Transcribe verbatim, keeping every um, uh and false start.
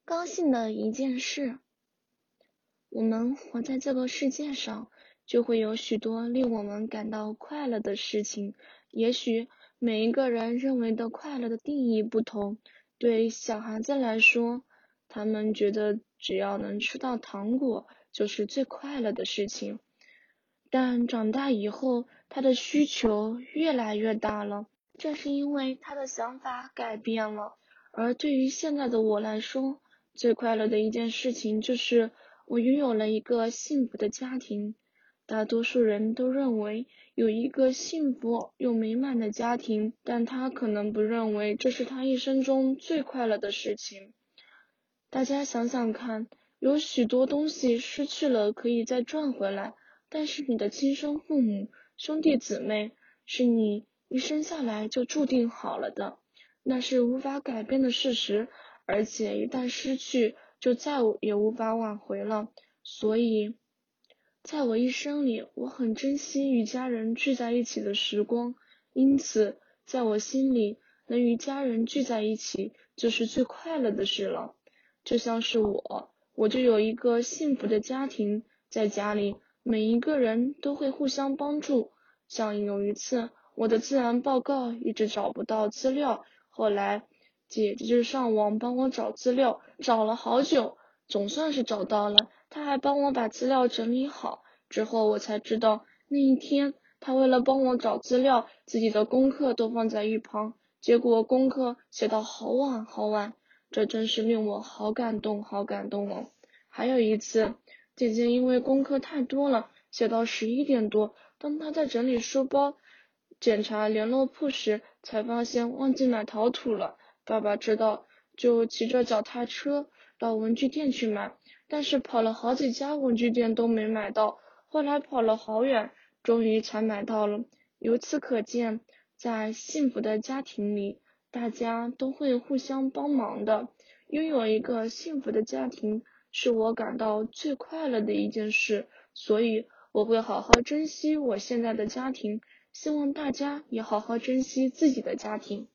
高兴的一件事。我们活在这个世界上，就会有许多令我们感到快乐的事情。也许每一个人认为的快乐的定义不同。对小孩子来说，他们觉得只要能吃到糖果就是最快乐的事情。但长大以后，他的需求越来越大了，这是因为他的想法改变了。而对于现在的我来说，最快乐的一件事情就是我拥有了一个幸福的家庭。大多数人都认为有一个幸福又美满的家庭，但他可能不认为这是他一生中最快乐的事情。大家想想看，有许多东西失去了可以再赚回来，但是你的亲生父母、兄弟姊妹是你一生下来就注定好了的，那是无法改变的事实，而且一旦失去，就再也无法挽回了。所以，在我一生里，我很珍惜与家人聚在一起的时光，因此，在我心里，能与家人聚在一起，就是最快乐的事了。就像是我，我就有一个幸福的家庭，在家里，每一个人都会互相帮助。像有一次，我的自然报告一直找不到资料，后来姐姐就上网帮我找资料，找了好久，总算是找到了。她还帮我把资料整理好，之后我才知道，那一天她为了帮我找资料，自己的功课都放在一旁，结果功课写到好晚好晚。这真是令我好感动好感动哦。还有一次，姐姐因为功课太多了，写到十一点多，当她在整理书包检查联络簿时，才发现忘记买陶土了。爸爸知道，就骑着脚踏车到文具店去买，但是跑了好几家文具店都没买到，后来跑了好远，终于才买到了。由此可见，在幸福的家庭里，大家都会互相帮忙的。拥有一个幸福的家庭是我感到最快乐的一件事，所以我会好好珍惜我现在的家庭，希望大家也好好珍惜自己的家庭。